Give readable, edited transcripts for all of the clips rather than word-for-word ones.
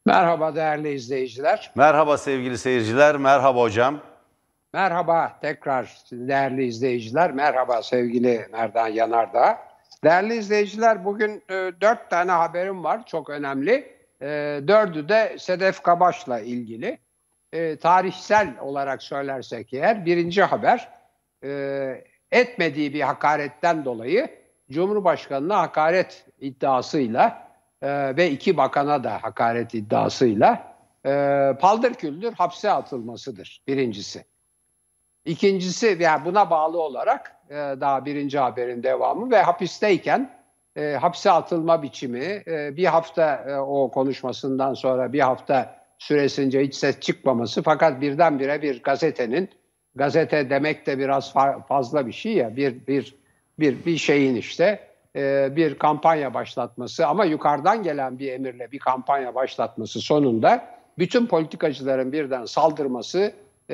Merhaba değerli izleyiciler. Merhaba sevgili seyirciler, merhaba hocam. Merhaba tekrar değerli izleyiciler. Merhaba sevgili Merdan Yanardağ. Değerli izleyiciler, bugün 4 tane haberim var, çok önemli. Dördü de Sedef Kabaş'la ilgili. Tarihsel olarak söylersek eğer, birinci haber etmediği bir hakaretten dolayı Cumhurbaşkanı'na hakaret iddiasıyla ve 2 bakana da hakaret iddiasıyla paldır küldür hapse atılmasıdır birincisi. İkincisi, yani buna bağlı olarak daha birinci haberin devamı ve hapisteyken hapse atılma biçimi, bir hafta o konuşmasından sonra bir hafta süresince hiç ses çıkmaması, fakat birdenbire bir gazetenin, gazete demek de biraz fazla bir şey ya, bir şeyin işte bir kampanya başlatması, ama yukarıdan gelen bir emirle bir kampanya başlatması sonunda bütün politikacıların birden saldırması,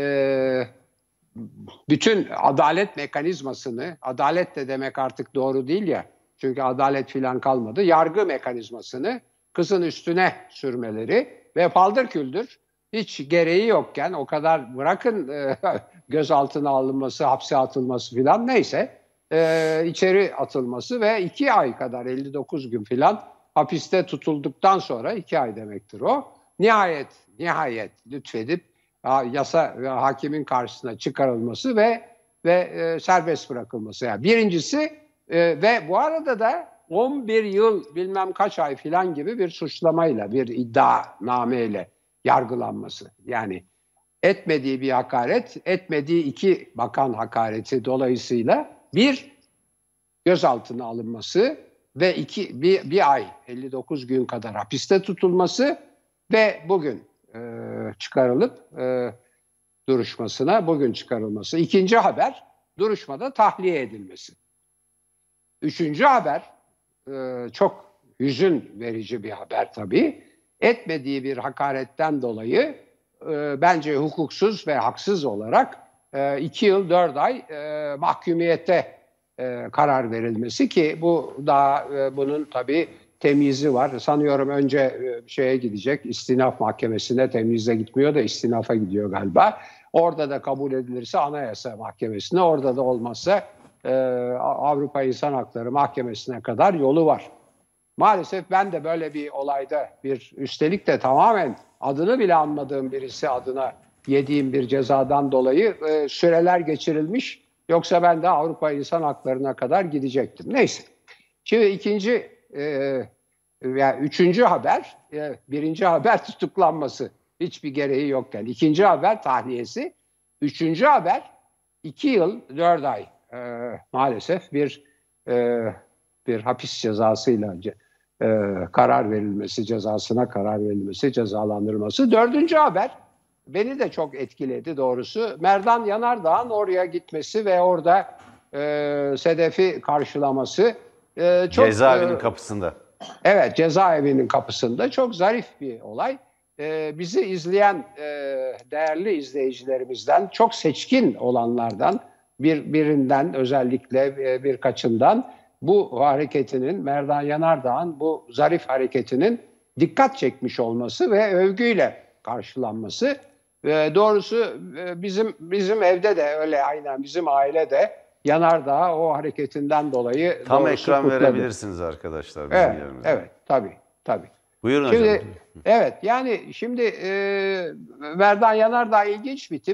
bütün adalet mekanizmasını, adalet de demek artık doğru değil ya, çünkü adalet filan kalmadı, yargı mekanizmasını kızın üstüne sürmeleri ve paldır küldür hiç gereği yokken, o kadar bırakın gözaltına alınması, hapse atılması filan, neyse, içeri atılması ve 2 ay kadar, 59 gün filan hapiste tutulduktan sonra, 2 ay demektir o, nihayet lütfedip yasa ve hakimin karşısına çıkarılması ve serbest bırakılması. Yani birincisi, ve bu arada da 11 yıl bilmem kaç ay filan gibi bir suçlamayla, bir iddianameyle yargılanması. Yani etmediği bir hakaret, etmediği 2 bakan hakareti dolayısıyla bir, gözaltına alınması ve bir ay 59 gün kadar hapiste tutulması ve bugün çıkarılıp bugün çıkarılması. İkinci haber, duruşmada tahliye edilmesi. Üçüncü haber, çok hüzün verici bir haber tabii. Etmediği bir hakaretten dolayı bence hukuksuz ve haksız olarak 2 yıl 4 ay mahkumiyete karar verilmesi, ki bu daha bunun tabii temyizi var. Sanıyorum önce şeye gidecek, istinaf mahkemesine, temyize gitmiyor da istinafa gidiyor galiba. Orada da kabul edilirse Anayasa Mahkemesi'ne, orada da olmazsa Avrupa İnsan Hakları Mahkemesi'ne kadar yolu var. Maalesef ben de böyle bir olayda, üstelik de tamamen adını bile anmadığım birisi adına yediğim bir cezadan dolayı süreler geçirilmiş. Yoksa ben de Avrupa İnsan Hakları'na kadar gidecektim. Neyse. Şimdi üçüncü haber, birinci haber tutuklanması, hiçbir gereği yokken. İkinci haber tahliyesi. Üçüncü haber 2 yıl 4 ay maalesef bir hapis cezasıyla cezasına karar verilmesi, cezalandırılması. Dördüncü haber beni de çok etkiledi doğrusu. Merdan Yanardağ'ın oraya gitmesi ve orada Sedef'i karşılaması. Cezaevinin kapısında. Evet, cezaevinin kapısında çok zarif bir olay. Bizi izleyen değerli izleyicilerimizden, çok seçkin olanlardan, birinden özellikle birkaçından bu hareketinin, Merdan Yanardağ'ın bu zarif hareketinin dikkat çekmiş olması ve övgüyle karşılanması. Doğrusu bizim evde de öyle, aynen bizim aile de Yanardağ o hareketinden dolayı tam ekran kutladı. verebilirsiniz arkadaşlar bizim yerimizde. Evet, tabii. Buyurun hocam. Evet, yani şimdi Merdan Yanardağ ilginç bir tip.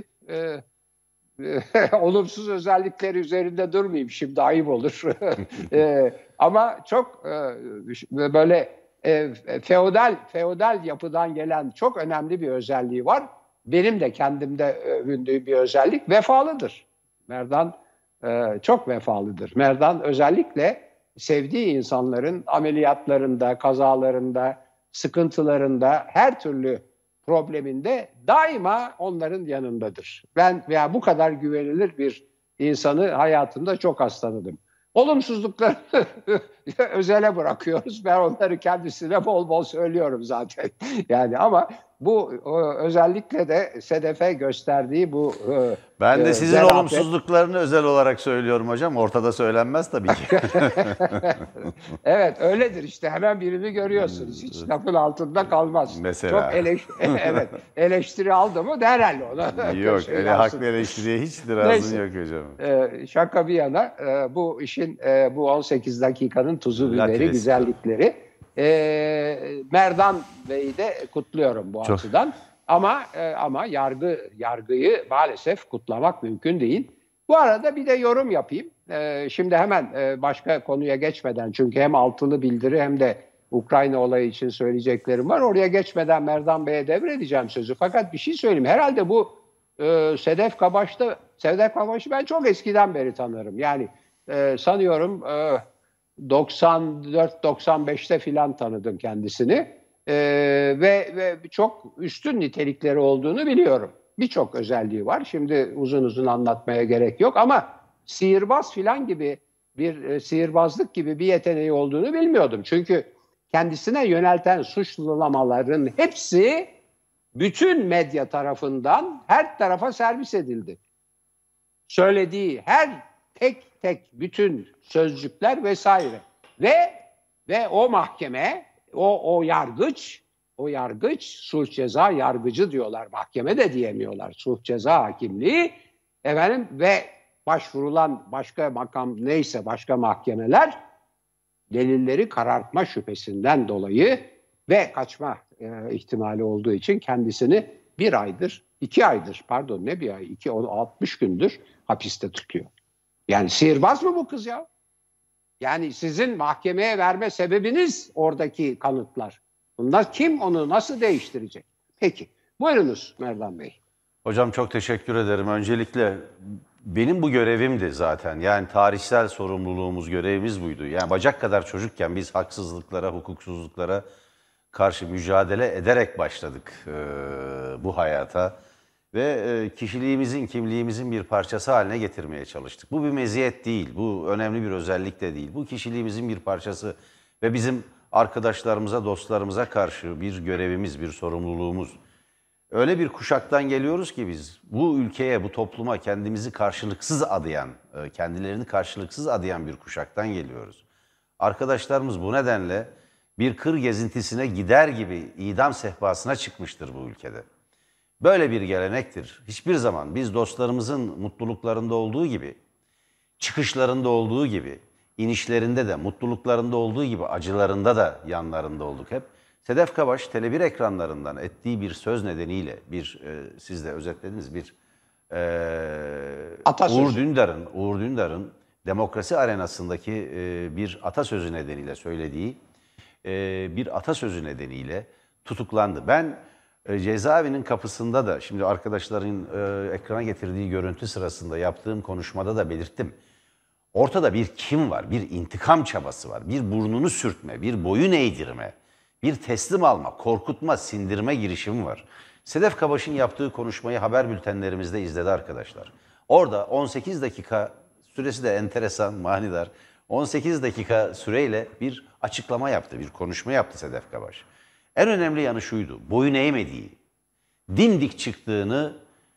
Olumsuz özellikleri üzerinde durmayayım, şimdi ayıp olur. Ama çok böyle feodal yapıdan gelen çok önemli bir özelliği var. Benim de kendimde övündüğüm bir özellik, vefalıdır. Merdan çok vefalıdır. Merdan özellikle sevdiği insanların ameliyatlarında, kazalarında, sıkıntılarında, her türlü probleminde daima onların yanındadır. Ben bu kadar güvenilir bir insanı hayatımda çok az tanıdım. Olumsuzluklarını özele bırakıyoruz. Ben onları kendisine bol bol söylüyorum zaten. Yani ama bu özellikle de Sedef'e gösterdiği bu ben de sizin olumsuzluklarını özel olarak söylüyorum hocam. Ortada söylenmez tabii ki. Evet, öyledir işte. Hemen birini görüyorsunuz. Hiç lafın altında kalmaz. Mesela. Çok evet, eleştiri aldı mı derhal ona. Yok, haklı eleştiriye hiç itirazın yok hocam. Şaka bir yana, bu işin bu 18 dakikanın tuzu biberi, güzellikleri. Merdan Bey'i de kutluyorum bu açıdan. Ama yargıyı maalesef kutlamak mümkün değil. Bu arada bir de yorum yapayım. Şimdi hemen başka konuya geçmeden, çünkü hem altılı bildiri hem de Ukrayna olayı için söyleyeceklerim var. Oraya geçmeden Merdan Bey'e devredeceğim sözü. Fakat bir şey söyleyeyim. Herhalde bu Sedef Kabaş'ı ben çok eskiden beri tanırım. Yani sanıyorum 94-95'te filan tanıdım kendisini. Ve çok üstün nitelikleri olduğunu biliyorum. Birçok özelliği var. Şimdi uzun uzun anlatmaya gerek yok ama sihirbaz filan gibi sihirbazlık gibi bir yeteneği olduğunu bilmiyordum. Çünkü kendisine yönelten suçlamaların hepsi bütün medya tarafından her tarafa servis edildi. Söylediği her tek bütün sözcükler vesaire ve o mahkeme, o yargıç, sulh ceza yargıcı diyorlar, mahkeme de diyemiyorlar, sulh ceza hakimliği ve başvurulan başka makam neyse başka mahkemeler delilleri karartma şüphesinden dolayı ve kaçma ihtimali olduğu için kendisini 60 gündür hapiste tutuyor. Yani sihirbaz mı bu kız ya? Yani sizin mahkemeye verme sebebiniz oradaki kanıtlar. Bunlar kim, onu nasıl değiştirecek? Peki. Buyurunuz Merdan Bey. Hocam çok teşekkür ederim. Öncelikle benim bu görevimdi zaten. Yani tarihsel sorumluluğumuz, görevimiz buydu. Yani bacak kadar çocukken biz haksızlıklara, hukuksuzluklara karşı mücadele ederek başladık bu hayata. Ve kişiliğimizin, kimliğimizin bir parçası haline getirmeye çalıştık. Bu bir meziyet değil, bu önemli bir özellik de değil. Bu kişiliğimizin bir parçası ve bizim arkadaşlarımıza, dostlarımıza karşı bir görevimiz, bir sorumluluğumuz. Öyle bir kuşaktan geliyoruz ki biz bu ülkeye, bu topluma kendimizi karşılıksız adayan, kendilerini karşılıksız adayan bir kuşaktan geliyoruz. Arkadaşlarımız bu nedenle bir kır gezintisine gider gibi idam sehpasına çıkmıştır bu ülkede. Böyle bir gelenektir. Hiçbir zaman biz dostlarımızın mutluluklarında olduğu gibi, çıkışlarında olduğu gibi, inişlerinde de, mutluluklarında olduğu gibi, acılarında da yanlarında olduk hep. Sedef Kabaş Tele1 ekranlarından ettiği bir söz nedeniyle siz de özetlediniz Uğur Dündar'ın demokrasi arenasındaki bir atasözü nedeniyle söylediği bir atasözü nedeniyle tutuklandı. Ben cezaevinin kapısında da şimdi arkadaşların ekrana getirdiği görüntü sırasında yaptığım konuşmada da belirttim. Ortada bir kin var, bir intikam çabası var, bir burnunu sürtme, bir boyun eğdirme, bir teslim alma, korkutma, sindirme girişimi var. Sedef Kabaş'ın yaptığı konuşmayı haber bültenlerimizde izledi arkadaşlar. Orada 18 dakika süresi de enteresan, manidar. 18 dakika süreyle bir açıklama yaptı, bir konuşma yaptı Sedef Kabaş. En önemli yanı şuydu, boyun eğmediği, dimdik çıktığını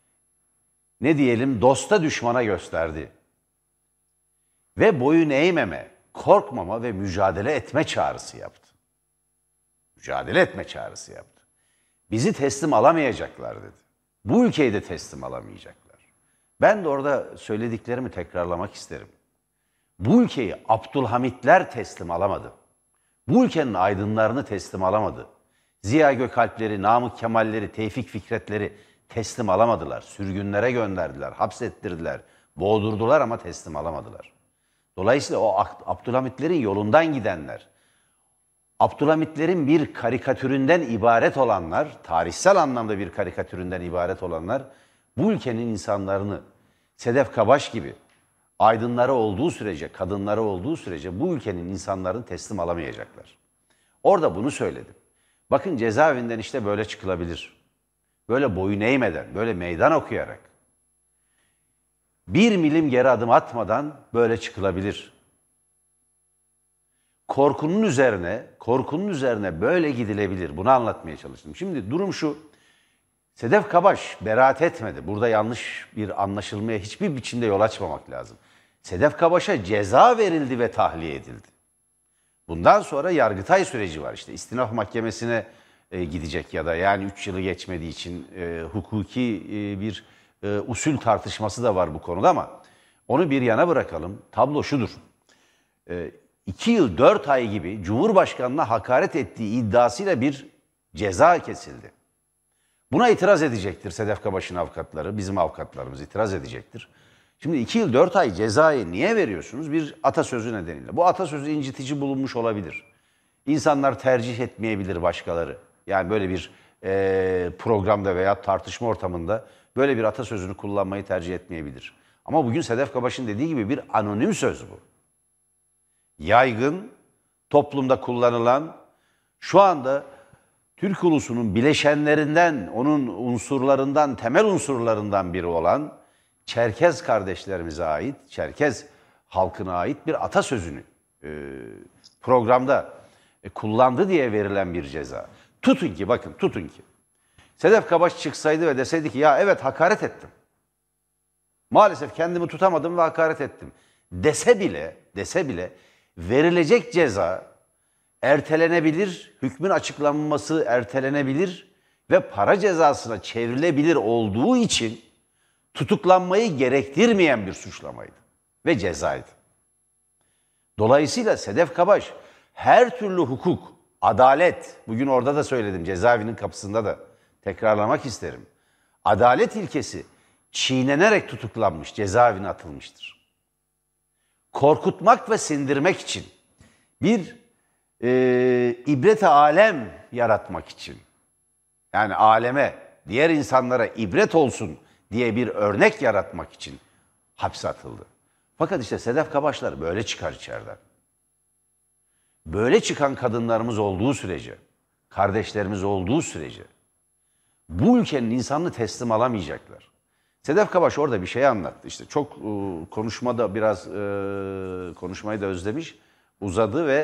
dosta düşmana gösterdi. Ve boyun eğmeme, korkmama ve mücadele etme çağrısı yaptı. Mücadele etme çağrısı yaptı. Bizi teslim alamayacaklar dedi. Bu ülkeyi de teslim alamayacaklar. Ben de orada söylediklerimi tekrarlamak isterim. Bu ülkeyi Abdülhamitler teslim alamadı. Bu ülkenin aydınlarını teslim alamadı. Ziya Gökalpleri, Namık Kemalleri, Tevfik Fikretleri teslim alamadılar. Sürgünlere gönderdiler, hapsettirdiler, boğdurdular ama teslim alamadılar. Dolayısıyla o Abdülhamitlerin yolundan gidenler, Abdülhamitlerin bir karikatüründen ibaret olanlar, tarihsel anlamda bir karikatüründen ibaret olanlar, bu ülkenin insanlarını Sedef Kabaş gibi aydınları olduğu sürece, kadınları olduğu sürece bu ülkenin insanlarını teslim alamayacaklar. Orada bunu söyledim. Bakın cezaevinden işte böyle çıkılabilir. Böyle boyun eğmeden, böyle meydan okuyarak. Bir milim geri adım atmadan böyle çıkılabilir. korkunun üzerine böyle gidilebilir. Bunu anlatmaya çalıştım. Şimdi durum şu. Sedef Kabaş beraat etmedi. Burada yanlış bir anlaşılmaya hiçbir biçimde yol açmamak lazım. Sedef Kabaş'a ceza verildi ve tahliye edildi. Bundan sonra Yargıtay süreci var işte. İstinaf Mahkemesi'ne gidecek ya da yani 3 yılı geçmediği için hukuki bir usul tartışması da var bu konuda ama onu bir yana bırakalım. Tablo şudur. 2 yıl 4 ay gibi Cumhurbaşkanı'na hakaret ettiği iddiasıyla bir ceza kesildi. Buna itiraz edecektir Sedef Kabaş'ın avukatları, bizim avukatlarımız itiraz edecektir. Şimdi 2 yıl 4 ay cezayı niye veriyorsunuz? Bir atasözü nedeniyle. Bu atasözü incitici bulunmuş olabilir. İnsanlar tercih etmeyebilir başkaları. Yani böyle bir programda veya tartışma ortamında böyle bir atasözünü kullanmayı tercih etmeyebilir. Ama bugün Sedef Kabaş'ın dediği gibi bir anonim söz bu. Yaygın, toplumda kullanılan, şu anda Türk ulusunun bileşenlerinden, onun unsurlarından, temel unsurlarından biri olan Çerkez kardeşlerimize ait, Çerkez halkına ait bir atasözünü programda kullandı diye verilen bir ceza. Tutun ki, bakın tutun ki, Sedef Kabaş çıksaydı ve deseydi ki ya evet hakaret ettim. Maalesef kendimi tutamadım ve hakaret ettim. Dese bile verilecek ceza ertelenebilir, hükmün açıklanması ertelenebilir ve para cezasına çevrilebilir olduğu için tutuklanmayı gerektirmeyen bir suçlamaydı ve cezaydı. Dolayısıyla Sedef Kabaş her türlü hukuk, adalet, bugün orada da söyledim cezaevinin kapısında da tekrarlamak isterim. Adalet ilkesi çiğnenerek tutuklanmış, cezaevine atılmıştır. Korkutmak ve sindirmek için bir ibret-i alem yaratmak için, yani aleme, diğer insanlara ibret olsun diye bir örnek yaratmak için hapse atıldı. Fakat işte Sedef Kabaşlar böyle çıkar içeriden. Böyle çıkan kadınlarımız olduğu sürece, kardeşlerimiz olduğu sürece bu ülkenin insanını teslim alamayacaklar. Sedef Kabaş orada bir şey anlattı. İşte çok konuşmada biraz konuşmayı da özlemiş, uzadı ve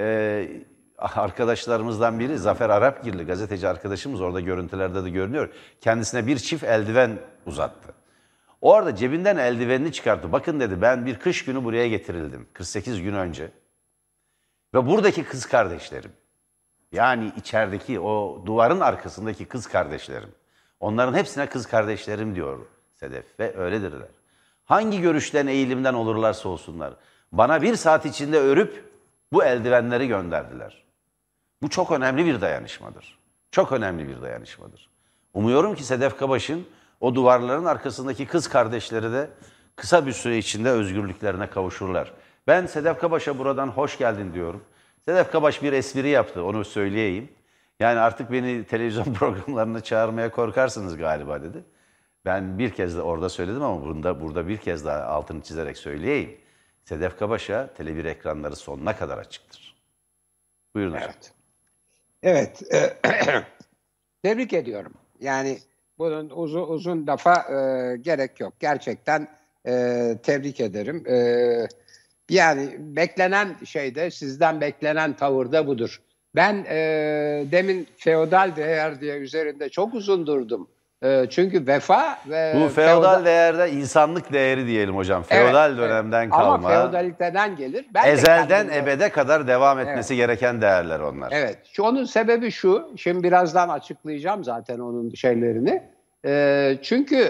arkadaşlarımızdan biri Zafer Arapgirli gazeteci arkadaşımız orada görüntülerde de görünüyor. Kendisine bir çift eldiven uzattı. O arada cebinden eldivenini çıkarttı. Bakın dedi ben bir kış günü buraya getirildim 48 gün önce. Ve buradaki kız kardeşlerim yani içerideki o duvarın arkasındaki kız kardeşlerim onların hepsine kız kardeşlerim diyor Sedef ve öyledirler. Hangi görüşten eğilimden olurlarsa olsunlar bana 1 saat içinde örüp bu eldivenleri gönderdiler. Bu çok önemli bir dayanışmadır. Çok önemli bir dayanışmadır. Umuyorum ki Sedef Kabaş'ın o duvarların arkasındaki kız kardeşleri de kısa bir süre içinde özgürlüklerine kavuşurlar. Ben Sedef Kabaş'a buradan hoş geldin diyorum. Sedef Kabaş bir espri yaptı, onu söyleyeyim. Yani artık beni televizyon programlarına çağırmaya korkarsınız galiba dedi. Ben bir kez de orada söyledim ama burada bir kez daha altını çizerek söyleyeyim. Sedef Kabaş'a Tele1 ekranları sonuna kadar açıktır. Buyurun hocam. Evet. Tebrik ediyorum. Yani bunun uzun lafa gerek yok. Gerçekten tebrik ederim. Yani beklenen şeyde, sizden beklenen tavırda budur. Ben demin feodal değer diye üzerinde çok uzun durdum. Çünkü vefa ve... Bu feodal değerde insanlık değeri diyelim hocam. Feodal evet, dönemden kalma. Ama feodaliteden gelir. Ben ezelden ebede kadar devam etmesi gereken değerler onlar. Evet. Onun sebebi şu. Şimdi birazdan açıklayacağım zaten onun şeylerini. Çünkü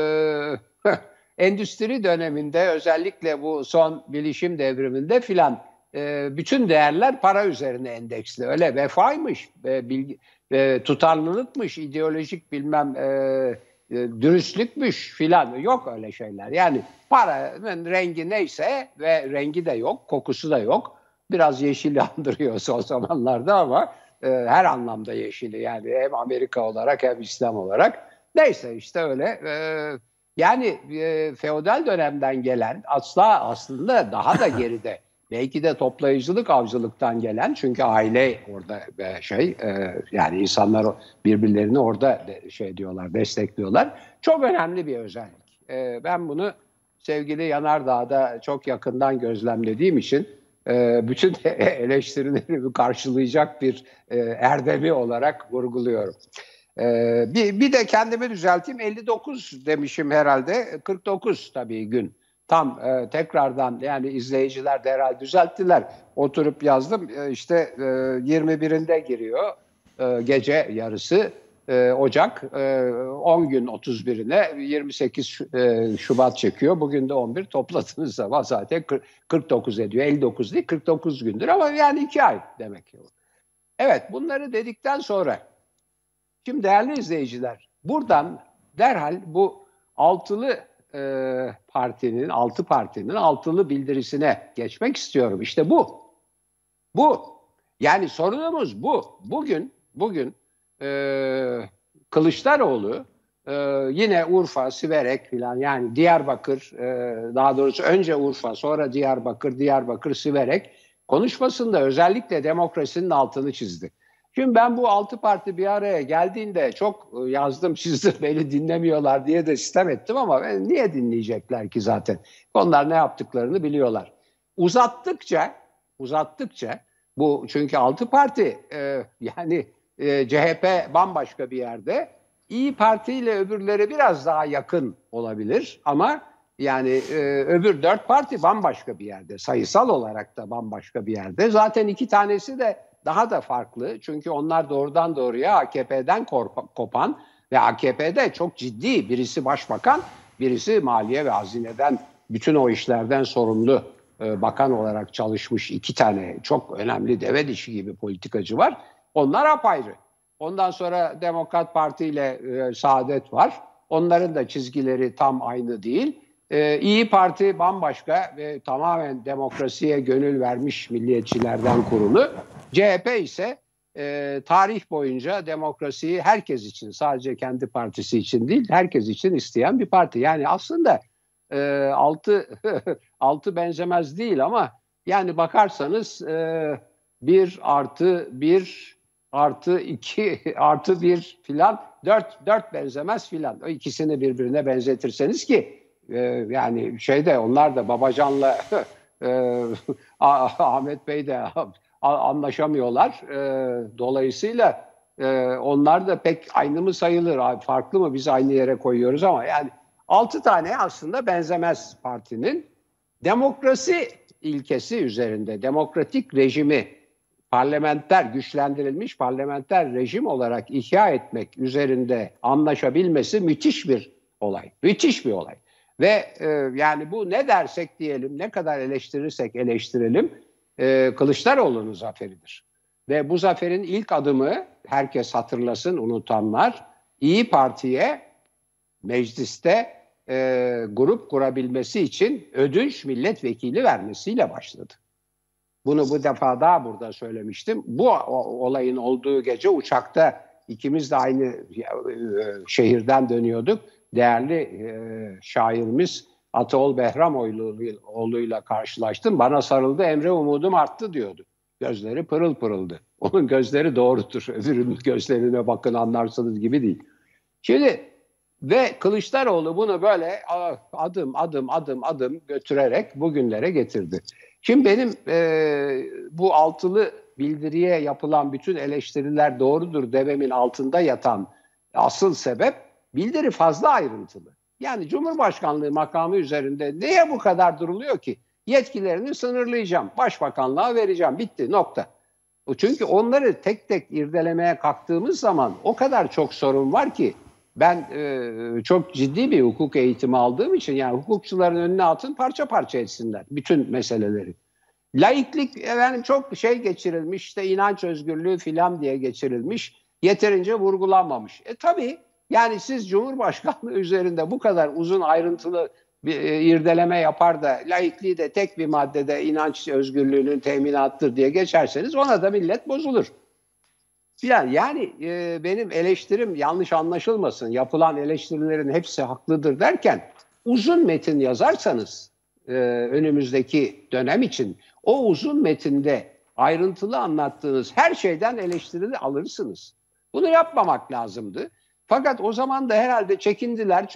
endüstri döneminde özellikle bu son bilişim devriminde filan bütün değerler para üzerine endeksli. Öyle vefaymış, tutarlılıkmış, ideolojik bilmem dürüstlükmüş filan yok öyle şeyler. Yani paranın rengi neyse ve rengi de yok, kokusu da yok. Biraz yeşil andırıyorsa o zamanlarda ama her anlamda yeşili yani hem Amerika olarak hem İslam olarak. Neyse işte öyle. Yani feodal dönemden gelen aslında daha da geride. Belki de toplayıcılık, avcılıktan gelen çünkü aile orada yani insanlar birbirlerini orada diyorlar, destekliyorlar. Çok önemli bir özellik. Ben bunu sevgili Yanardağ'da çok yakından gözlemlediğim için bütün eleştirilerimi karşılayacak bir erdemi olarak vurguluyorum. Bir de kendimi düzelteyim. 59 demişim herhalde. 49 tabii gün. Tam tekrardan yani izleyiciler de herhalde düzelttiler. Oturup yazdım. İşte 21'inde giriyor gece yarısı. Ocak 10 gün 31'ine 28 Şubat çekiyor. Bugün de 11 topladığınız zaman zaten 49 ediyor. 59 değil 49 gündür ama yani 2 ay demek. Evet, bunları dedikten sonra şimdi değerli izleyiciler buradan derhal bu altı partinin altılı bildirisine geçmek istiyorum. İşte bu. Yani sorunumuz bu. Bugün Kılıçdaroğlu yine Urfa, Siverek filan yani Diyarbakır, daha doğrusu önce Urfa sonra Diyarbakır, Siverek konuşmasında özellikle demokrasinin altını çizdi. Şimdi ben bu 6 parti bir araya geldiğinde çok yazdım çizdim beni dinlemiyorlar diye de sitem ettim ama niye dinleyecekler ki zaten? Onlar ne yaptıklarını biliyorlar. Uzattıkça bu çünkü 6 parti yani CHP bambaşka bir yerde. İyi Parti ile öbürleri biraz daha yakın olabilir ama yani öbür 4 parti bambaşka bir yerde. Sayısal olarak da bambaşka bir yerde. Zaten 2 tanesi de daha da farklı. Çünkü onlar doğrudan doğruya AKP'den kopan ve AKP'de çok ciddi birisi başbakan, birisi Maliye ve Hazine'den bütün o işlerden sorumlu bakan olarak çalışmış 2 tane çok önemli deve dişi gibi politikacı var. Onlar apayrı. Ondan sonra Demokrat Parti ile Saadet var. Onların da çizgileri tam aynı değil. İyi Parti bambaşka ve tamamen demokrasiye gönül vermiş milliyetçilerden kurulu. CHP ise tarih boyunca demokrasiyi herkes için, sadece kendi partisi için değil, herkes için isteyen bir parti. Yani aslında altı benzemez değil ama yani bakarsanız 1 artı 1 artı 2 artı 1 filan 4 benzemez filan. O ikisini birbirine benzetirseniz ki yani onlar da Babacan'la Ahmet Bey de anlaşamıyorlar. Dolayısıyla onlar da pek aynı mı sayılır, farklı mı biz aynı yere koyuyoruz ama yani 6 tane aslında benzemez partinin demokrasi ilkesi üzerinde demokratik rejimi güçlendirilmiş parlamenter rejim olarak ihya etmek üzerinde anlaşabilmesi müthiş bir olay. Müthiş bir olay. Ve yani bu ne dersek diyelim, ne kadar eleştirirsek eleştirelim, Kılıçdaroğlu'nun zaferidir. Ve bu zaferin ilk adımı herkes hatırlasın, unutanlar, İyi Parti'ye mecliste grup kurabilmesi için ödünç milletvekili vermesiyle başladı. Bunu bu defa daha burada söylemiştim. Bu olayın olduğu gece uçakta ikimiz de aynı şehirden dönüyorduk. Değerli şairimiz Ataol Behramoğlu'yla karşılaştım. Bana sarıldı, Emre umudum arttı diyordu. Gözleri pırıl pırıldı. Onun gözleri doğrudur. Öbürünün gözlerine bakın anlarsınız gibi değil. Şimdi ve Kılıçdaroğlu bunu böyle adım götürerek bugünlere getirdi. Şimdi benim bu altılı bildiriye yapılan bütün eleştiriler doğrudur dememin altında yatan asıl sebep bildiri fazla ayrıntılı. Yani Cumhurbaşkanlığı makamı üzerinde niye bu kadar duruluyor ki? Yetkilerini sınırlayacağım, başbakanlığa vereceğim, bitti, nokta. Çünkü onları tek tek irdelemeye kalktığımız zaman o kadar çok sorun var ki ben çok ciddi bir hukuk eğitimi aldığım için yani hukukçuların önüne atın parça parça etsinler bütün meseleleri. Laiklik efendim çok geçirilmiş işte inanç özgürlüğü filan diye geçirilmiş yeterince vurgulanmamış. Tabii yani siz Cumhurbaşkanlığı üzerinde bu kadar uzun ayrıntılı bir irdeleme yapar da laikliği de tek bir maddede inanç özgürlüğünün teminatıdır diye geçerseniz ona da millet bozulur. Yani benim eleştirim yanlış anlaşılmasın. Yapılan eleştirilerin hepsi haklıdır derken uzun metin yazarsanız önümüzdeki dönem için o uzun metinde ayrıntılı anlattığınız her şeyden eleştiri alırsınız. Bunu yapmamak lazımdı. Fakat o zaman da herhalde çekindiler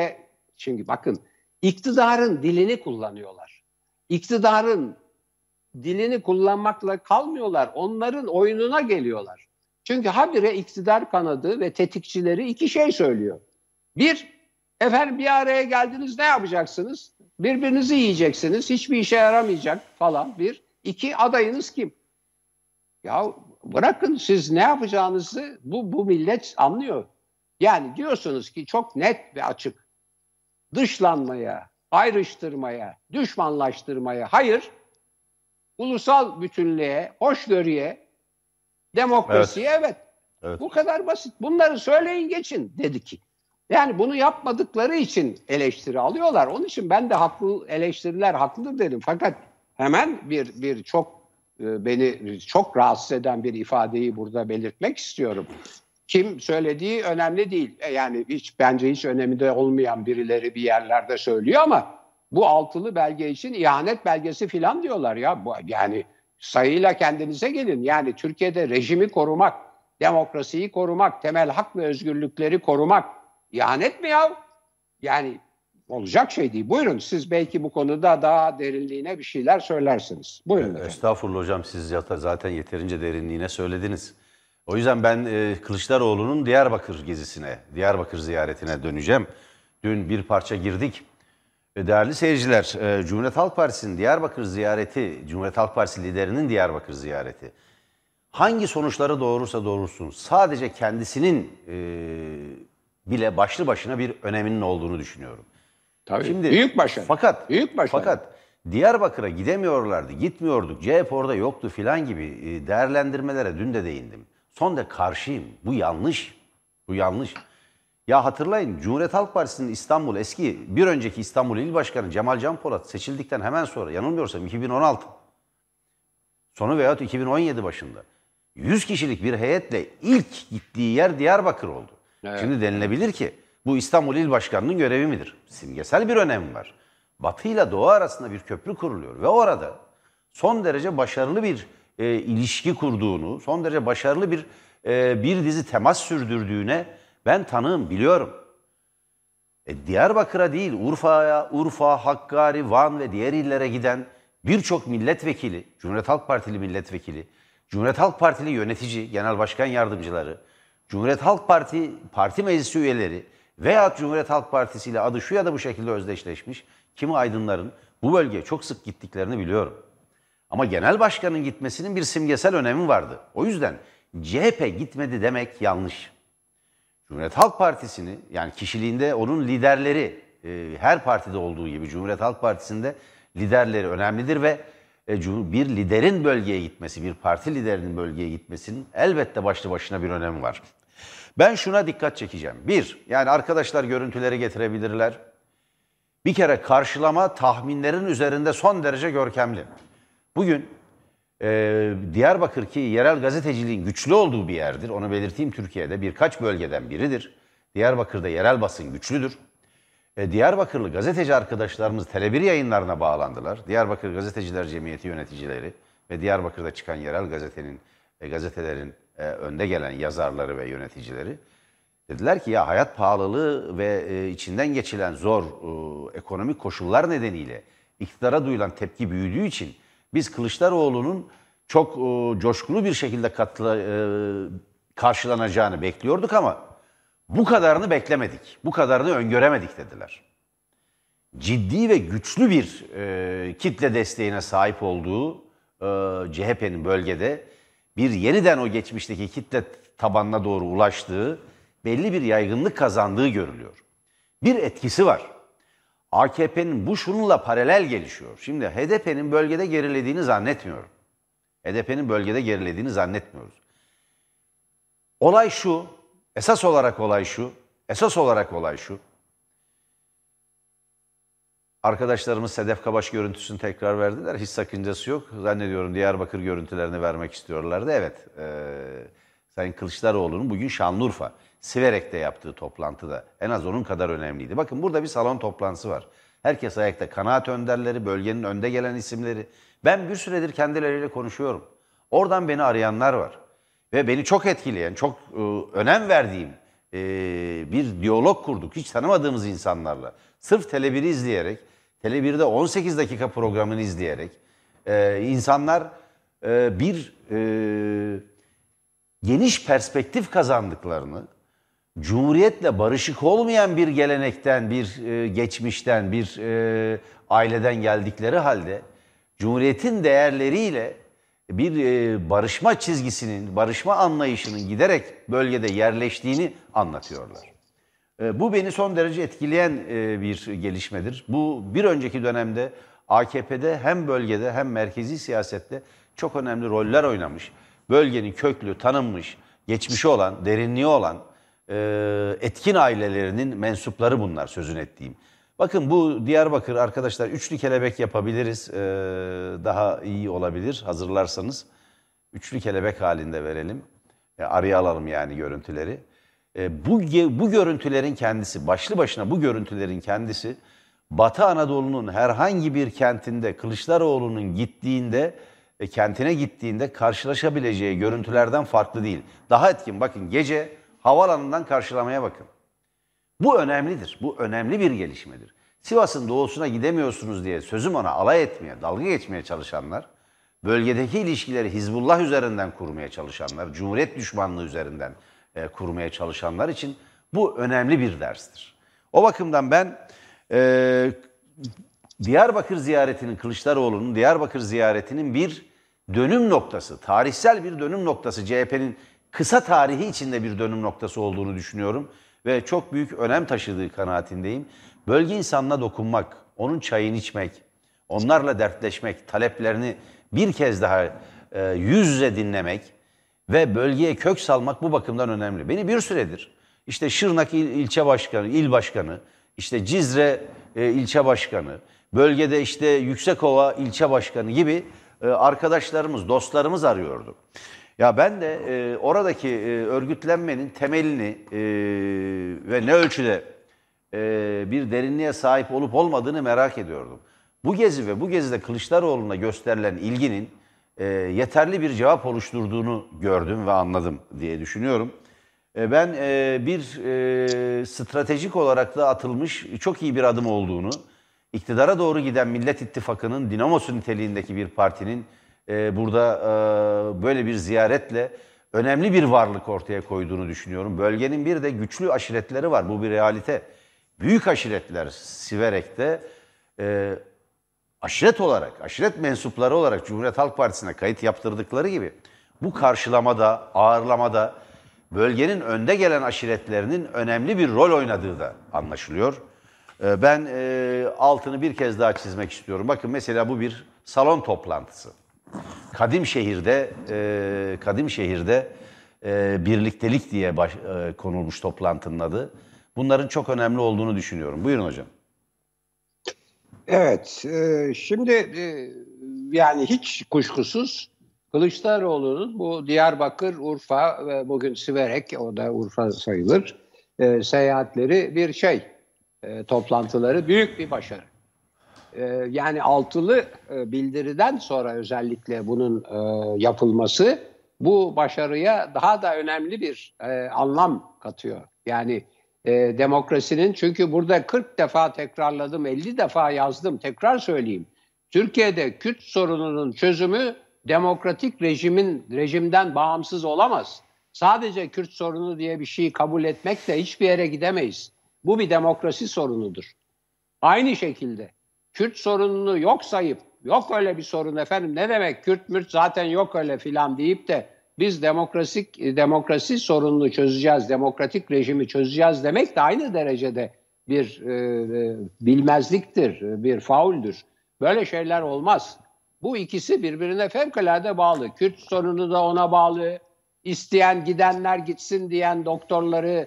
çünkü bakın iktidarın dilini kullanıyorlar. İktidarın dilini kullanmakla kalmıyorlar. Onların oyununa geliyorlar. Çünkü habire iktidar kanadı ve tetikçileri iki şey söylüyor. Bir, efendim bir araya geldiniz ne yapacaksınız? Birbirinizi yiyeceksiniz. Hiçbir işe yaramayacak falan. Bir. İki, adayınız kim? Ya bırakın siz ne yapacağınızı bu millet anlıyor. Yani diyorsunuz ki çok net ve açık. Dışlanmaya, ayrıştırmaya, düşmanlaştırmaya hayır. Ulusal bütünlüğe, hoşgörüye, demokrasiye evet. Evet. Bu kadar basit. Bunları söyleyin geçin dedi ki. Yani bunu yapmadıkları için eleştiri alıyorlar. Onun için ben de haklı eleştiriler haklı derim. Fakat hemen bir çok beni çok rahatsız eden bir ifadeyi burada belirtmek istiyorum. Kim söylediği önemli değil. Yani bence hiç öneminde olmayan birileri bir yerlerde söylüyor ama bu altılı belge için ihanet belgesi falan diyorlar ya. Yani sayıyla kendinize gelin. Yani Türkiye'de rejimi korumak, demokrasiyi korumak, temel hak ve özgürlükleri korumak ihanet mi ya? Yani olacak şey değil. Buyurun siz belki bu konuda daha derinliğine bir şeyler söylersiniz. Buyurun. Estağfurullah hocam, siz zaten yeterince derinliğine söylediniz. O yüzden ben Kılıçdaroğlu'nun Diyarbakır gezisine, Diyarbakır ziyaretine döneceğim. Dün bir parça girdik. Değerli seyirciler, Cumhuriyet Halk Partisi'nin Diyarbakır ziyareti, Cumhuriyet Halk Partisi liderinin Diyarbakır ziyareti, hangi sonuçları doğurursa doğursun sadece kendisinin bile başlı başına bir öneminin olduğunu düşünüyorum. Tabii, şimdi, büyük başarı. Fakat Diyarbakır'a gidemiyorlardı, gitmiyorduk, CHP orada yoktu filan gibi değerlendirmelere dün de değindim. Son de karşıyım. Bu yanlış. Bu yanlış. Ya hatırlayın, Cumhuriyet Halk Partisi'nin bir önceki İstanbul İl Başkanı Cemal Can Polat seçildikten hemen sonra, yanılmıyorsam 2016 sonu veyahut 2017 başında 100 kişilik bir heyetle ilk gittiği yer Diyarbakır oldu. Evet. Şimdi denilebilir ki bu İstanbul İl Başkanı'nın görevi midir? Simgesel bir önemi var. Batı ile Doğu arasında bir köprü kuruluyor ve orada son derece başarılı bir ilişki kurduğunu, son derece başarılı bir dizi temas sürdürdüğüne ben tanığım, biliyorum. Diyarbakır'a değil, Urfa, Hakkari, Van ve diğer illere giden birçok milletvekili, Cumhuriyet Halk Partili milletvekili, Cumhuriyet Halk Partili yönetici, genel başkan yardımcıları, Cumhuriyet Halk Parti meclisi üyeleri veya Cumhuriyet Halk Partisi ile adı şu ya da bu şekilde özdeşleşmiş kimi aydınların bu bölgeye çok sık gittiklerini biliyorum. Ama genel başkanın gitmesinin bir simgesel önemi vardı. O yüzden CHP gitmedi demek yanlış. Cumhuriyet Halk Partisi'ni, yani kişiliğinde onun liderleri, her partide olduğu gibi Cumhuriyet Halk Partisi'nde liderleri önemlidir ve bir liderin bölgeye gitmesi, bir parti liderinin bölgeye gitmesinin elbette başlı başına bir önemi var. Ben şuna dikkat çekeceğim. Yani arkadaşlar görüntüleri getirebilirler. Bir kere karşılama tahminlerin üzerinde son derece görkemli. Bugün Diyarbakır ki yerel gazeteciliğin güçlü olduğu bir yerdir. Onu belirteyim, Türkiye'de birkaç bölgeden biridir. Diyarbakır'da yerel basın güçlüdür. Diyarbakırlı gazeteci arkadaşlarımız Tele1 yayınlarına bağlandılar. Diyarbakır Gazeteciler Cemiyeti yöneticileri ve Diyarbakır'da çıkan yerel gazetelerin önde gelen yazarları ve yöneticileri dediler ki ya hayat pahalılığı ve içinden geçilen zor ekonomik koşullar nedeniyle iktidara duyulan tepki büyüdüğü için biz Kılıçdaroğlu'nun çok coşkulu bir şekilde karşılanacağını bekliyorduk ama bu kadarını beklemedik, bu kadarını öngöremedik dediler. Ciddi ve güçlü bir kitle desteğine sahip olduğu CHP'nin bölgede bir yeniden o geçmişteki kitle tabanına doğru ulaştığı, belli bir yaygınlık kazandığı görülüyor. Bir etkisi var. AKP'nin bu şununla paralel gelişiyor. Şimdi HDP'nin bölgede gerilediğini zannetmiyorum. HDP'nin bölgede gerilediğini zannetmiyoruz. Olay şu, esas olarak olay şu. Arkadaşlarımız Sedef Kabaş görüntüsünü tekrar verdiler. Hiç sakıncası yok. Zannediyorum Diyarbakır görüntülerini vermek istiyorlardı. Evet, Sayın Kılıçdaroğlu'nun bugün Şanlıurfa, Siverek'te yaptığı toplantıda en az onun kadar önemliydi. Bakın burada bir salon toplantısı var. Herkes ayakta, kanaat önderleri, bölgenin önde gelen isimleri. Ben bir süredir kendileriyle konuşuyorum. Oradan beni arayanlar var. Ve beni çok etkileyen, çok önem verdiğim bir diyalog kurduk. Hiç tanımadığımız insanlarla. Sırf Tele1'i izleyerek, Tele1'de 18 dakika programını izleyerek İnsanlar bir geniş perspektif kazandıklarını, Cumhuriyetle barışık olmayan bir gelenekten, bir geçmişten, bir aileden geldikleri halde Cumhuriyetin değerleriyle bir barışma çizgisinin, barışma anlayışının giderek bölgede yerleştiğini anlatıyorlar. Bu beni son derece etkileyen bir gelişmedir. Bu bir önceki dönemde AKP'de hem bölgede hem merkezi siyasette çok önemli roller oynamış. Bölgenin köklü, tanınmış, geçmişi olan, derinliği olan etkin ailelerinin mensupları bunlar sözün ettiğim. Bakın bu Diyarbakır arkadaşlar üçlü kelebek yapabiliriz. Daha iyi olabilir hazırlarsanız. Üçlü kelebek halinde verelim. Araya alalım yani görüntüleri. Bu görüntülerin kendisi, başlı başına bu görüntülerin kendisi Batı Anadolu'nun herhangi bir kentinde Kılıçdaroğlu'nun gittiğinde, kentine gittiğinde karşılaşabileceği görüntülerden farklı değil. Daha etkin bakın gece havaalanından karşılamaya bakın. Bu önemlidir. Bu önemli bir gelişmedir. Sivas'ın doğusuna gidemiyorsunuz diye sözüm ona alay etmeye, dalga geçmeye çalışanlar, bölgedeki ilişkileri Hizbullah üzerinden kurmaya çalışanlar, Cumhuriyet düşmanlığı üzerinden kurmaya çalışanlar için bu önemli bir derstir. O bakımdan ben Diyarbakır ziyaretinin, Kılıçdaroğlu'nun Diyarbakır ziyaretinin bir dönüm noktası, tarihsel bir dönüm noktası, CHP'nin kısa tarihi içinde bir dönüm noktası olduğunu düşünüyorum ve çok büyük önem taşıdığı kanaatindeyim. Bölge insanına dokunmak, onun çayını içmek, onlarla dertleşmek, taleplerini bir kez daha yüz yüze dinlemek ve bölgeye kök salmak bu bakımdan önemli. Beni bir süredir işte Şırnak ilçe başkanı, il başkanı, işte Cizre ilçe başkanı, bölgede işte Yüksekova ilçe başkanı gibi arkadaşlarımız, dostlarımız arıyordu. Ya ben de oradaki örgütlenmenin temelini ve ne ölçüde bir derinliğe sahip olup olmadığını merak ediyordum. Bu gezi ve bu gezide Kılıçdaroğlu'na gösterilen ilginin yeterli bir cevap oluşturduğunu gördüm ve anladım diye düşünüyorum. Ben bir stratejik olarak da atılmış çok iyi bir adım olduğunu, iktidara doğru giden Millet İttifakı'nın dinamosu niteliğindeki bir partinin burada böyle bir ziyaretle önemli bir varlık ortaya koyduğunu düşünüyorum. Bölgenin bir de güçlü aşiretleri var. Bu bir realite. Büyük aşiretler Siverek'te aşiret olarak, aşiret mensupları olarak Cumhuriyet Halk Partisi'ne kayıt yaptırdıkları gibi bu karşılamada, ağırlamada bölgenin önde gelen aşiretlerinin önemli bir rol oynadığı da anlaşılıyor. Ben altını bir kez daha çizmek istiyorum. Bakın mesela bu bir salon toplantısı. Kadimşehir'de birliktelik diye konulmuş toplantının adı. Bunların çok önemli olduğunu düşünüyorum. Buyurun hocam. Evet, şimdi yani hiç kuşkusuz Kılıçdaroğlu'nun bu Diyarbakır, Urfa ve bugün Siverek, o da Urfa sayılır, seyahatleri bir toplantıları büyük bir başarı. Yani altılı bildiriden sonra özellikle bunun yapılması bu başarıya daha da önemli bir anlam katıyor. Yani demokrasinin, çünkü burada 40 defa tekrarladım, 50 defa yazdım, tekrar söyleyeyim. Türkiye'de Kürt sorununun çözümü demokratik rejimden bağımsız olamaz. Sadece Kürt sorunu diye bir şeyi kabul etmekle hiçbir yere gidemeyiz. Bu bir demokrasi sorunudur. Aynı şekilde Kürt sorununu yok sayıp, yok öyle bir sorun efendim, ne demek Kürt mürt zaten yok öyle filan deyip de biz demokrasi sorununu çözeceğiz, demokratik rejimi çözeceğiz demek de aynı derecede bir bilmezliktir, bir fauldür. Böyle şeyler olmaz. Bu ikisi birbirine fevkalade bağlı. Kürt sorunu da ona bağlı. İsteyen gidenler gitsin diyen doktorları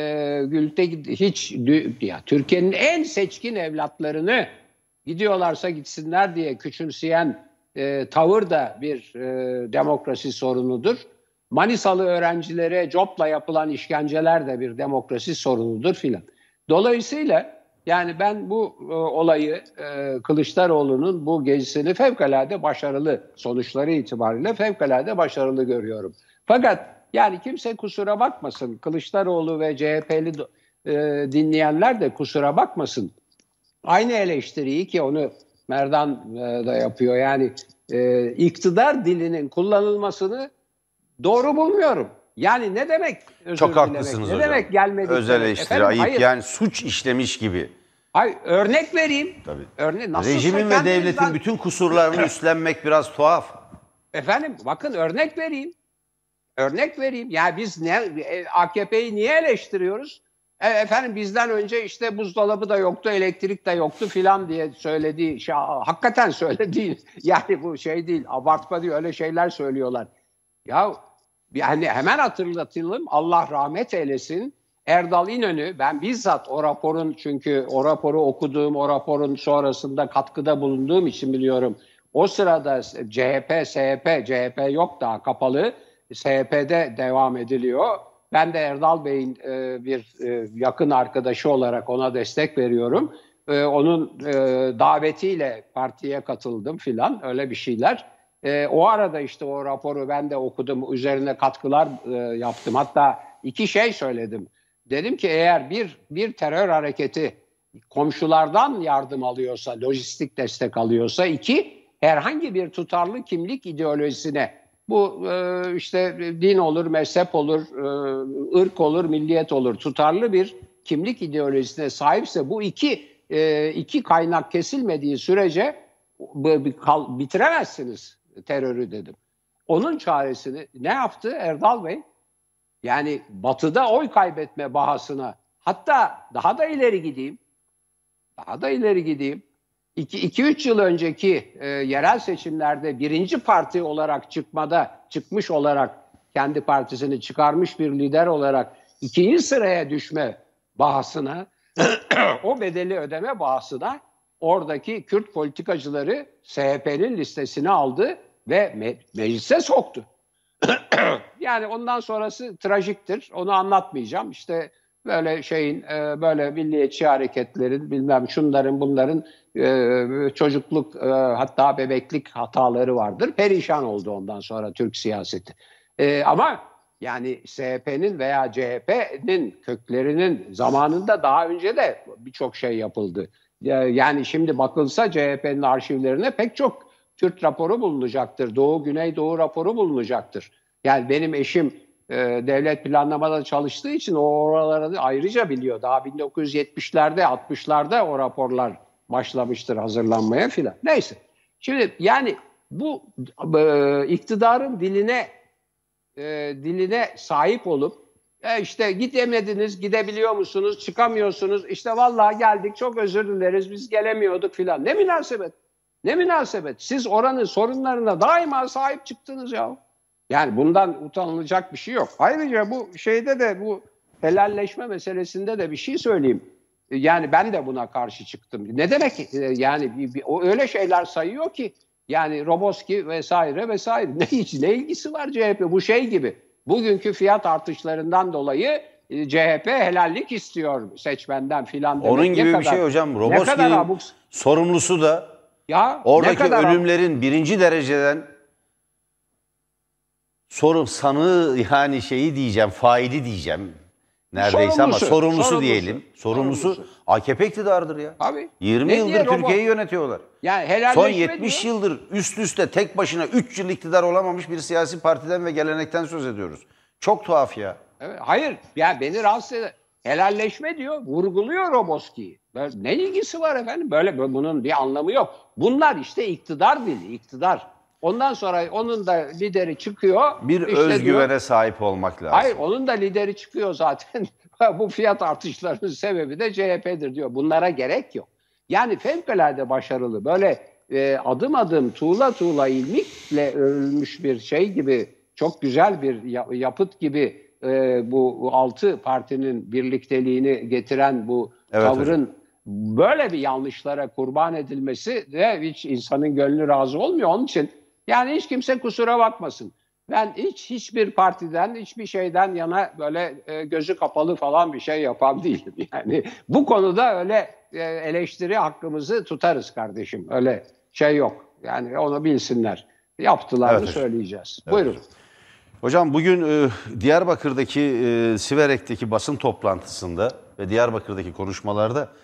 Türkiye'nin en seçkin evlatlarını gidiyorlarsa gitsinler diye küçümseyen tavır da bir demokrasi sorunudur. Manisalı öğrencilere copla yapılan işkenceler de bir demokrasi sorunudur filan. Dolayısıyla yani ben bu olayı Kılıçdaroğlu'nun bu gezisini fevkalade başarılı, sonuçları itibariyle fevkalade başarılı görüyorum. Fakat yani kimse kusura bakmasın, Kılıçdaroğlu ve CHP'li dinleyenler de kusura bakmasın. Aynı eleştiriyi, ki onu Merdan da yapıyor, yani iktidar dilinin kullanılmasını doğru bulmuyorum. Yani ne demek özür Çok dilemek? haklısınız Ne hocam. demek gelmedik? Öz eleştiri, Efendim, ayıp, hayır. yani suç işlemiş gibi. Hayır, örnek vereyim. Tabii. Nasılsa Rejimin ve devletin bütün kusurlarını üstlenmek biraz tuhaf. Efendim bakın örnek vereyim. Örnek vereyim. Yani biz AKP'yi niye eleştiriyoruz? Efendim bizden önce işte buzdolabı da yoktu, elektrik de yoktu filan diye söylediği, hakikaten söylediği, yani bu şey değil, abartma değil, öyle şeyler söylüyorlar. Ya yani hemen hatırlatalım, Allah rahmet eylesin. Erdal İnönü, ben bizzat o raporun, çünkü o raporu okuduğum, o raporun sonrasında katkıda bulunduğum için biliyorum. O sırada CHP, SHP, CHP yok daha, kapalı. SHP'de devam ediliyor. Ben de Erdal Bey'in bir yakın arkadaşı olarak ona destek veriyorum. Onun davetiyle partiye katıldım filan, öyle bir şeyler. O arada işte o raporu ben de okudum, üzerine katkılar yaptım. Hatta iki şey söyledim. Dedim ki eğer bir terör hareketi komşulardan yardım alıyorsa, lojistik destek alıyorsa, iki herhangi bir tutarlı kimlik ideolojisine, bu işte din olur, mezhep olur, ırk olur, milliyet olur, tutarlı bir kimlik ideolojisine sahipse bu iki kaynak kesilmediği sürece bitiremezsiniz terörü dedim. Onun çaresini ne yaptı Erdal Bey? Yani Batı'da oy kaybetme bahasına, hatta daha da ileri gideyim. 2-3 yıl önceki yerel seçimlerde birinci parti olarak çıkmış olarak kendi partisini çıkarmış bir lider olarak ikinci sıraya düşme bahasına, o bedeli ödeme bahasına oradaki Kürt politikacıları SHP'nin listesine aldı ve meclise soktu. Yani ondan sonrası trajiktir. Onu anlatmayacağım. İşte böyle böyle milliyetçi hareketlerin, bilmem şunların bunların çocukluk hatta bebeklik hataları vardır. Perişan oldu ondan sonra Türk siyaseti. Ama yani SHP'nin veya CHP'nin köklerinin zamanında daha önce de birçok şey yapıldı. Yani şimdi bakılsa CHP'nin arşivlerine pek çok Kürt raporu bulunacaktır. Doğu, Güneydoğu raporu bulunacaktır. Yani benim eşim devlet planlamada çalıştığı için o oraları ayrıca biliyor. Daha 1970'lerde, 60'larda o raporlar başlamıştır hazırlanmaya filan. Neyse. Şimdi yani bu iktidarın diline sahip olup işte gidemediniz, gidebiliyor musunuz, çıkamıyorsunuz. İşte vallahi geldik, çok özür dileriz, biz gelemiyorduk filan. Ne münasebet? Ne münasebet? Siz oranın sorunlarına daima sahip çıktınız ya. Yani bundan utanılacak bir şey yok. Ayrıca bu şeyde de, bu helalleşme meselesinde de bir şey söyleyeyim. Yani ben de buna karşı çıktım. Ne demek yani o öyle şeyler sayıyor ki, yani Roboski vesaire vesaire. Ne ilgisi var CHP? Bu şey gibi. Bugünkü fiyat artışlarından dolayı CHP helallik istiyor seçmenden filan demek. Onun gibi bir şey hocam. Roboski'nin sorumlusu da oradaki ölümlerin birinci dereceden sanığı, yani şeyi diyeceğim, faili diyeceğim neredeyse, ama sorumlusu diyelim. Sorumlusu AKP iktidarıdır ya. Abi, 20 yıldır Türkiye'yi yönetiyorlar. Yani son 70 yıldır üst üste tek başına 3 yıl iktidar olamamış bir siyasi partiden ve gelenekten söz ediyoruz. Çok tuhaf ya. Evet, hayır, yani beni rahatsız eder. Helalleşme diyor, vurguluyor Roboski'yi. Ne ilgisi var efendim? Böyle bunun bir anlamı yok. Bunlar işte iktidar dili, iktidar. Ondan sonra onun da lideri çıkıyor. Bir işte özgüvene diyor, sahip olmak lazım. Hayır, onun da lideri çıkıyor zaten. Bu fiyat artışlarının sebebi de CHP'dir diyor. Bunlara gerek yok. Yani fevkalade başarılı, böyle adım adım, tuğla tuğla ilmikle örülmüş bir şey gibi, çok güzel bir yapıt gibi bu altı partinin birlikteliğini getiren bu tavrın böyle bir yanlışlara kurban edilmesi de hiç insanın gönlü razı olmuyor. Onun için yani hiç kimse kusura bakmasın. Ben hiçbir partiden, hiçbir şeyden yana böyle gözü kapalı falan bir şey yapan değilim. Yani bu konuda öyle eleştiri hakkımızı tutarız kardeşim. Öyle şey yok. Yani onu bilsinler. Yaptılarını söyleyeceğiz. Evet. Buyurun. Hocam bugün Diyarbakır'daki Siverek'teki basın toplantısında ve Diyarbakır'daki konuşmalarda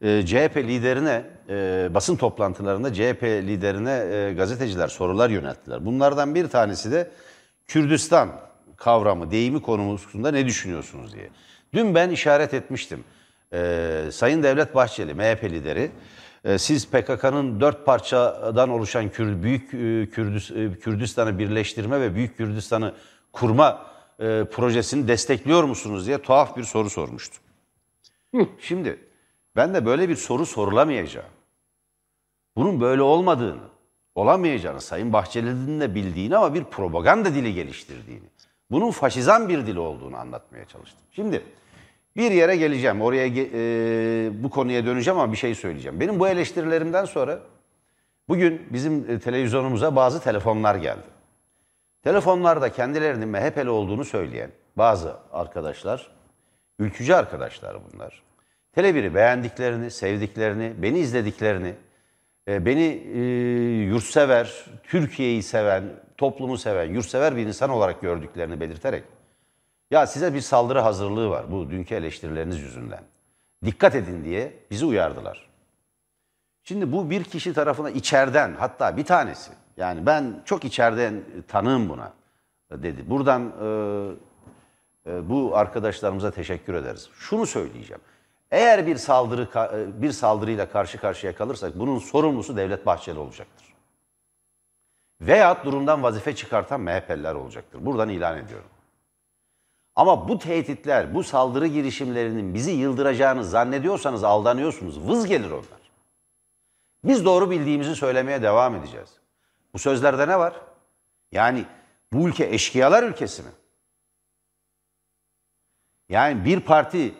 CHP liderine basın toplantılarında CHP liderine gazeteciler sorular yönelttiler. Bunlardan bir tanesi de Kürdistan kavramı, deyimi konusunda ne düşünüyorsunuz diye. Dün ben işaret etmiştim. Sayın Devlet Bahçeli, MHP lideri, siz PKK'nın 4 parçadan oluşan Büyük Kürdistan'ı birleştirme ve Büyük Kürdistan'ı kurma projesini destekliyor musunuz diye tuhaf bir soru sormuştu. Şimdi ben de böyle bir soru sorulamayacağım. Bunun böyle olmadığını, olamayacağını, Sayın Bahçeli'nin de bildiğini ama bir propaganda dili geliştirdiğini, bunun faşizan bir dil olduğunu anlatmaya çalıştım. Şimdi bir yere geleceğim, oraya bu konuya döneceğim ama bir şey söyleyeceğim. Benim bu eleştirilerimden sonra bugün bizim televizyonumuza bazı telefonlar geldi. Telefonlarda kendilerinin MHP'li olduğunu söyleyen bazı arkadaşlar, ülkücü arkadaşlar bunlar. Tele1'i beğendiklerini, sevdiklerini, beni izlediklerini, beni yurtsever, Türkiye'yi seven, toplumu seven, yurtsever bir insan olarak gördüklerini belirterek, ya size bir saldırı hazırlığı var bu dünkü eleştirileriniz yüzünden, dikkat edin diye bizi uyardılar. Şimdi bu bir kişi tarafından içeriden, hatta bir tanesi, yani ben çok içeriden tanığım buna dedi. Buradan bu arkadaşlarımıza teşekkür ederiz. Şunu söyleyeceğim. Eğer bir saldırıyla karşı karşıya kalırsak bunun sorumlusu Devlet Bahçeli olacaktır. Veyahut durumdan vazife çıkartan MHP'liler olacaktır. Buradan ilan ediyorum. Ama bu tehditler, bu saldırı girişimlerinin bizi yıldıracağını zannediyorsanız aldanıyorsunuz. Vız gelir onlar. Biz doğru bildiğimizi söylemeye devam edeceğiz. Bu sözlerde ne var? Yani bu ülke eşkıyalar ülkesi mi? Yani bir parti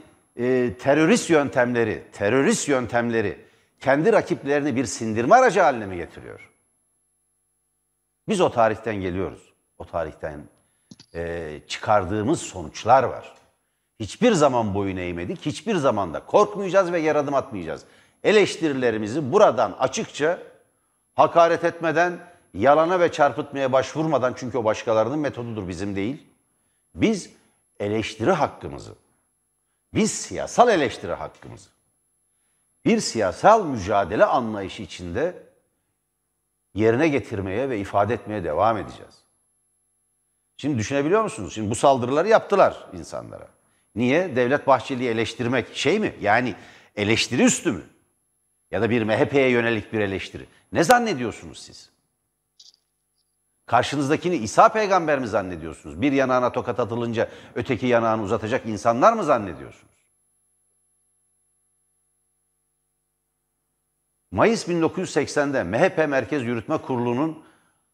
terörist yöntemleri kendi rakiplerini bir sindirme aracı haline mi getiriyor? Biz o tarihten geliyoruz. O tarihten çıkardığımız sonuçlar var. Hiçbir zaman boyun eğmedik, hiçbir zaman da korkmayacağız ve geri adım atmayacağız. Eleştirilerimizi buradan açıkça, hakaret etmeden, yalana ve çarpıtmaya başvurmadan, çünkü o başkalarının metodudur, bizim değil. Biz eleştiri hakkımızı, biz siyasal eleştiri hakkımızı, bir siyasal mücadele anlayışı içinde yerine getirmeye ve ifade etmeye devam edeceğiz. Şimdi düşünebiliyor musunuz? Şimdi bu saldırıları yaptılar insanlara. Niye? Devlet Bahçeli'yi eleştirmek şey mi? Yani eleştiri üstü mü? Ya da bir MHP'ye yönelik bir eleştiri. Ne zannediyorsunuz siz? Karşınızdakini İsa peygamber mi zannediyorsunuz? Bir yanağına tokat atılınca öteki yanağını uzatacak insanlar mı zannediyorsunuz? Mayıs 1980'de MHP Merkez Yürütme Kurulu'nun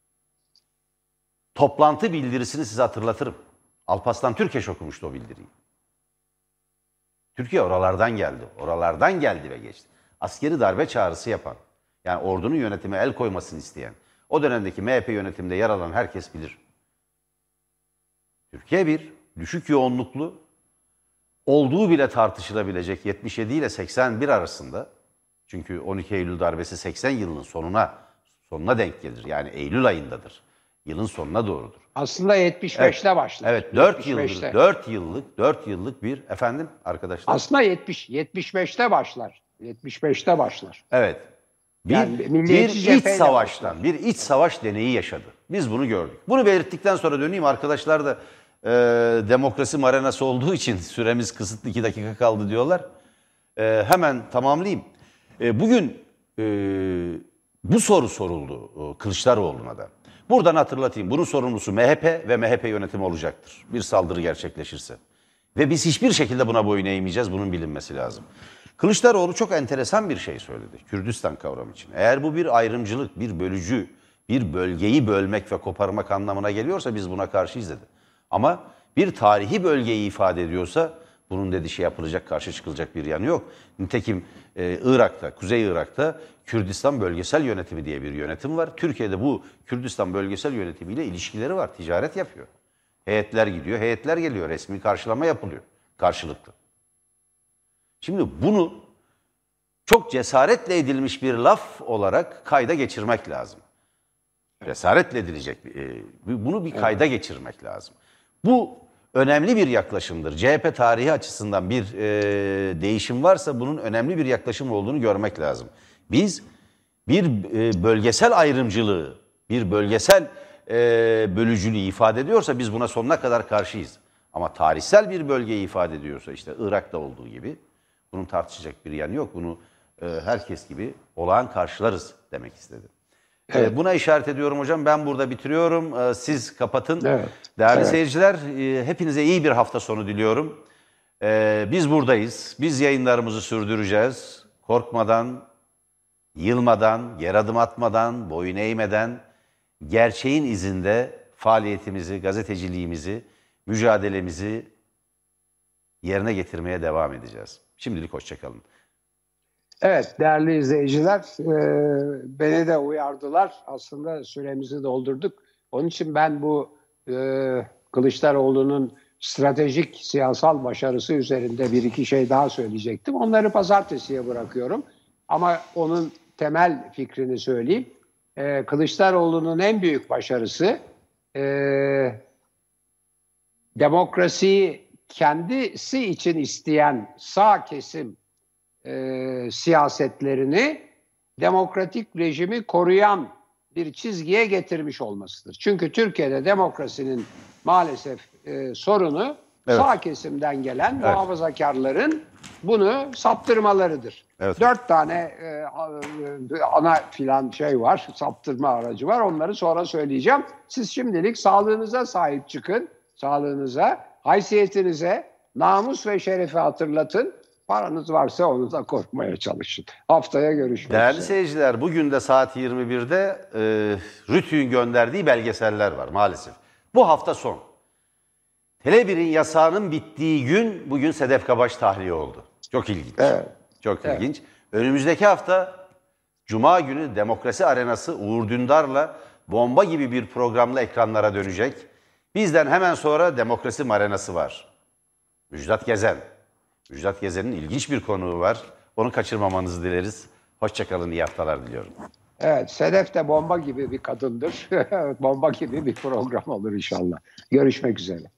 toplantı bildirisini size hatırlatırım. Alparslan Türkeş okumuştu o bildiriyi. Türkiye oralardan geldi. Oralardan geldi ve geçti. Askeri darbe çağrısı yapan, yani ordunun yönetime el koymasını isteyen, o dönemdeki MHP yönetiminde yer alan herkes bilir. Türkiye bir düşük yoğunluklu, olduğu bile tartışılabilecek 77 ile 81 arasında, çünkü 12 Eylül darbesi 80 yılının sonuna denk gelir. Yani Eylül ayındadır. Yılın sonuna doğrudur. Aslında 75'te başlar. Evet, 4 yıllık bir efendim arkadaşlar. Aslında 75'te başlar. 75'te başlar. Evet. Bir iç savaş deneyi yaşadı. Biz bunu gördük. Bunu belirttikten sonra döneyim, arkadaşlar da demokrasi marinası olduğu için süremiz kısıtlı, 2 dakika kaldı diyorlar. Hemen tamamlayayım. Bugün bu soru soruldu Kılıçdaroğlu'na da. Buradan hatırlatayım. Bunun sorumlusu MHP ve MHP yönetimi olacaktır. Bir saldırı gerçekleşirse. Ve biz hiçbir şekilde buna boyun eğmeyeceğiz. Bunun bilinmesi lazım. Kılıçdaroğlu çok enteresan bir şey söyledi Kürdistan kavramı için. Eğer bu bir ayrımcılık, bir bölücü, bir bölgeyi bölmek ve koparmak anlamına geliyorsa biz buna karşıyız dedi. Ama bir tarihi bölgeyi ifade ediyorsa bunun dediği şey yapılacak, karşı çıkılacak bir yanı yok. Nitekim Irak'ta, Kuzey Irak'ta Kürdistan Bölgesel Yönetimi diye bir yönetim var. Türkiye'de bu Kürdistan Bölgesel Yönetimiyle ilişkileri var, ticaret yapıyor. Heyetler gidiyor, heyetler geliyor, resmi karşılama yapılıyor, karşılıklı. Şimdi bunu çok cesaretle edilmiş bir laf olarak kayda geçirmek lazım. Cesaretle edilecek, bunu bir kayda geçirmek lazım. Bu önemli bir yaklaşımdır. CHP tarihi açısından bir değişim varsa bunun önemli bir yaklaşım olduğunu görmek lazım. Biz bir bölgesel ayrımcılığı, bir bölgesel bölücülüğü ifade ediyorsa biz buna sonuna kadar karşıyız. Ama tarihsel bir bölgeyi ifade ediyorsa işte Irak'ta olduğu gibi bunun tartışacak bir yanı yok. Bunu herkes gibi olağan karşılarız demek istedim. Evet. Buna işaret ediyorum hocam. Ben burada bitiriyorum. Siz kapatın. Evet. Değerli seyirciler, hepinize iyi bir hafta sonu diliyorum. Biz buradayız. Biz yayınlarımızı sürdüreceğiz. Korkmadan, yılmadan, yer adım atmadan, boyun eğmeden, gerçeğin izinde faaliyetimizi, gazeteciliğimizi, mücadelemizi yerine getirmeye devam edeceğiz. Şimdilik hoşçakalın. Evet değerli izleyiciler, beni de uyardılar. Aslında süremizi doldurduk. Onun için ben bu Kılıçdaroğlu'nun stratejik siyasal başarısı üzerinde bir iki şey daha söyleyecektim. Onları pazartesiye bırakıyorum. Ama onun temel fikrini söyleyeyim. Kılıçdaroğlu'nun en büyük başarısı demokrasiyi kendisi için isteyen sağ kesim siyasetlerini demokratik rejimi koruyan bir çizgiye getirmiş olmasıdır. Çünkü Türkiye'de demokrasinin maalesef sorunu sağ kesimden gelen muhafazakarların bunu saptırmalarıdır. Evet. 4 tane ana filan şey var, saptırma aracı var. Onları sonra söyleyeceğim. Siz şimdilik sağlığınıza sahip çıkın. Sağlığınıza, haysiyetinize, namus ve şerefi hatırlatın. Paranız varsa onu da korkmaya çalışın. Haftaya görüşmek üzere. Değerli seyirciler, bugün de saat 21'de RTÜK'ün gönderdiği belgeseller var maalesef. Bu hafta son. Tele1'in yasağının bittiği gün bugün Sedef Kabaş tahliye oldu. Çok ilginç. Evet. Çok ilginç. Önümüzdeki hafta Cuma günü Demokrasi Arenası Uğur Dündar'la bomba gibi bir programla ekranlara dönecek. Bizden hemen sonra Demokrasi Arenası var. Müjdat Gezen. Müjdat Gezen'in ilginç bir konuğu var. Onu kaçırmamanızı dileriz. Hoşçakalın, iyi haftalar diliyorum. Evet, Sedef de bomba gibi bir kadındır. Bomba gibi bir program olur inşallah. Görüşmek üzere.